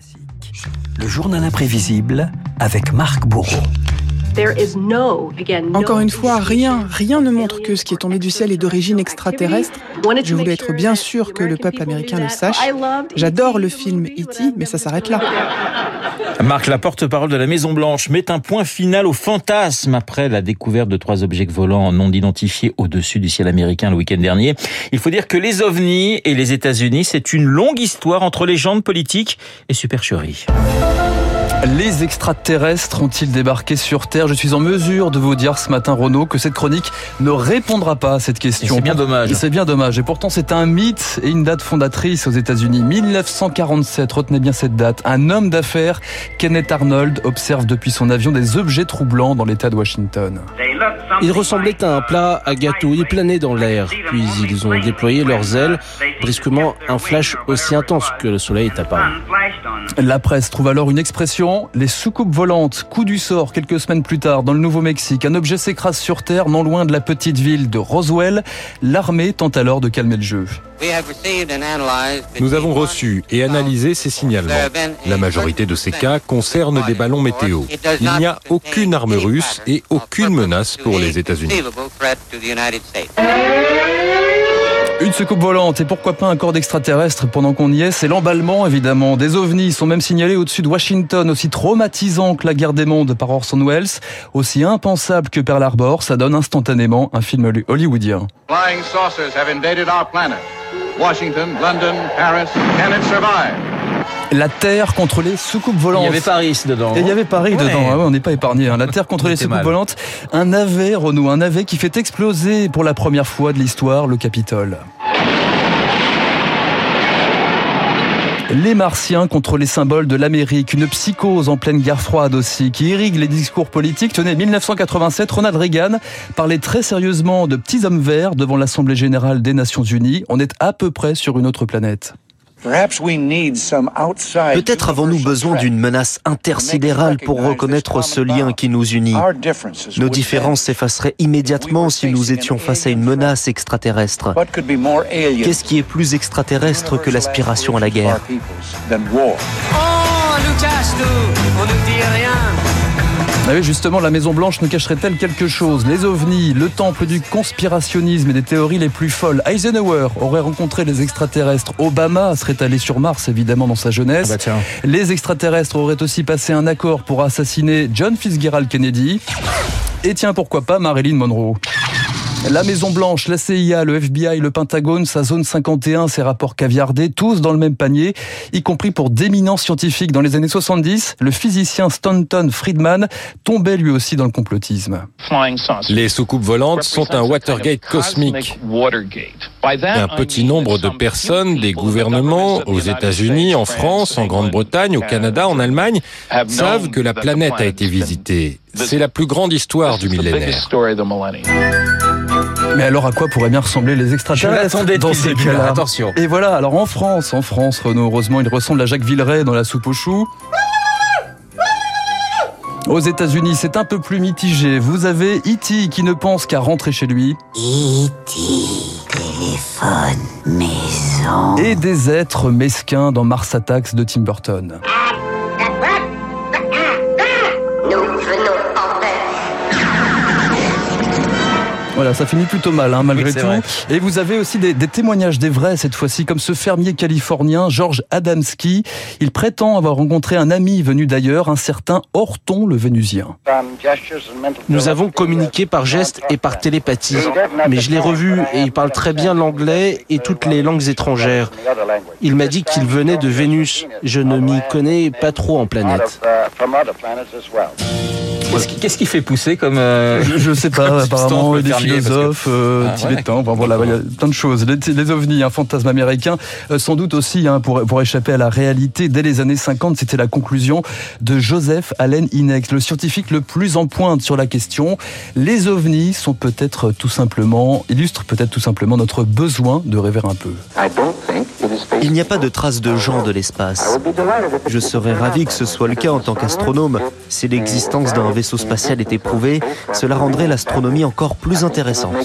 Le journal imprévisible avec Marc Bourreau. Encore une fois, rien ne montre que ce qui est tombé du ciel est d'origine extraterrestre. Je voulais être bien sûr que le peuple américain le sache. J'adore le film E.T., mais ça s'arrête là. Marc, la porte-parole de la Maison-Blanche, met un point final au fantasme après la découverte de 3 objets volants non identifiés au-dessus du ciel américain le week-end dernier. Il faut dire que les ovnis et les États-Unis, c'est une longue histoire entre légendes politiques et supercheries. Les extraterrestres ont-ils débarqué sur Terre ? Je suis en mesure de vous dire ce matin, Renaud, que cette chronique ne répondra pas à cette question. Et c'est bien dommage. C'est bien dommage. Et pourtant, c'est un mythe et une date fondatrice aux États-Unis. 1947, retenez bien cette date. Un homme d'affaires, Kenneth Arnold, observe depuis son avion des objets troublants dans l'État de Washington. Ils ressemblaient à un plat à gâteau. Ils planaient dans l'air. Puis ils ont déployé leurs ailes. Brusquement, un flash aussi intense que le soleil est apparu. La presse trouve alors une expression, les soucoupes volantes. Coup du sort, quelques semaines plus tard, dans le Nouveau-Mexique. Un objet s'écrase sur Terre, non loin de la petite ville de Roswell. L'armée tente alors de calmer le jeu. Nous avons reçu et analysé ces signalements. La majorité de ces cas concernent des ballons météo. Il n'y a aucune arme russe et aucune menace pour les États-Unis. Une soucoupe volante et pourquoi pas un corps d'extraterrestre pendant qu'on y est, c'est l'emballement évidemment. Des ovnis sont même signalés au-dessus de Washington, aussi traumatisant que la guerre des mondes par Orson Welles, aussi impensable que Pearl Harbor, ça donne instantanément un film hollywoodien. Flying saucers have invaded our planet. Washington, London, Paris, can it survive? La Terre contre les soucoupes volantes. Il y avait Paris dedans. Et il y avait Paris dedans, ah ouais, on n'est pas épargné. La Terre contre les soucoupes volantes. Un navet, Renaud, un navet qui fait exploser pour la première fois de l'histoire le Capitole. Les Martiens contre les symboles de l'Amérique, une psychose en pleine guerre froide aussi, qui irrigue les discours politiques. Tenez, 1987, Ronald Reagan parlait très sérieusement de petits hommes verts devant l'Assemblée générale des Nations Unies. On est à peu près sur une autre planète. Peut-être avons-nous besoin d'une menace intersidérale pour reconnaître ce lien qui nous unit. Nos différences s'effaceraient immédiatement si nous étions face à une menace extraterrestre. Qu'est-ce qui est plus extraterrestre que l'aspiration à la guerre ? On nous cache tout, on nous dit rien. Ah oui, justement, la Maison-Blanche nous cacherait-elle quelque chose ? Les ovnis, le temple du conspirationnisme et des théories les plus folles. Eisenhower aurait rencontré les extraterrestres. Obama serait allé sur Mars, évidemment, dans sa jeunesse. Les extraterrestres auraient aussi passé un accord pour assassiner John Fitzgerald Kennedy. Et tiens, pourquoi pas Marilyn Monroe ? La Maison-Blanche, la CIA, le FBI, le Pentagone, sa zone 51, ses rapports caviardés, tous dans le même panier, y compris pour d'éminents scientifiques. Dans les années 70, le physicien Stanton Friedman tombait lui aussi dans le complotisme. Les soucoupes volantes sont un Watergate cosmique. Un petit nombre de personnes, des gouvernements, aux États-Unis, en France, en Grande-Bretagne, au Canada, en Allemagne, savent que la planète a été visitée. C'est la plus grande histoire du millénaire. Mais alors à quoi pourraient bien ressembler les extraterrestres dans ces cas-là ? Attention. Et voilà, alors en France, Renaud, heureusement, il ressemble à Jacques Villeray dans La soupe aux choux. Aux États-Unis, c'est un peu plus mitigé. Vous avez E.T. qui ne pense qu'à rentrer chez lui. E.T. téléphone maison. Et des êtres mesquins dans Mars Attacks de Tim Burton. Voilà, ça finit plutôt mal, malgré tout. Vrai. Et vous avez aussi des témoignages des vrais, cette fois-ci, comme ce fermier californien, George Adamski. Il prétend avoir rencontré un ami venu d'ailleurs, un certain Orton le Vénusien. Nous avons communiqué par gestes et par télépathie, mais je l'ai revu et il parle très bien l'anglais et toutes les langues étrangères. Il m'a dit qu'il venait de Vénus. Je ne m'y connais pas trop en planète. Qu'est-ce qui fait pousser comme... Je sais pas, apparemment, des philosophes tibétains, voilà, il y a plein de choses. Les ovnis, un fantasme américain, sans doute aussi, pour échapper à la réalité. Dès les années 50, c'était la conclusion de Joseph Allen Hynek, le scientifique le plus en pointe sur la question. Les ovnis illustrent peut-être tout simplement notre besoin de rêver un peu. Il n'y a pas de traces de gens de l'espace. Je serais ravi que ce soit le cas en tant qu'astronome. Si l'existence d'un vaisseau spatial était prouvée, cela rendrait l'astronomie encore plus intéressante.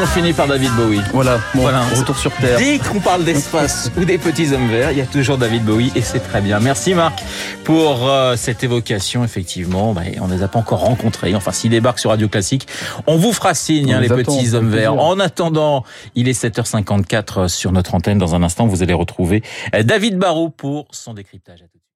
on finit par David Bowie. Voilà, retour sur Terre. Dès qu'on parle d'espace ou des petits hommes verts, il y a toujours David Bowie et c'est très bien. Merci Marc pour cette évocation. Effectivement, on ne les a pas encore rencontrés. Enfin, s'ils débarquent sur Radio Classique, on vous fera signe, les petits hommes verts. En attendant, il est 7h54 sur notre antenne. Dans un instant, vous allez retrouver David Barrault pour son décryptage. À tout de suite.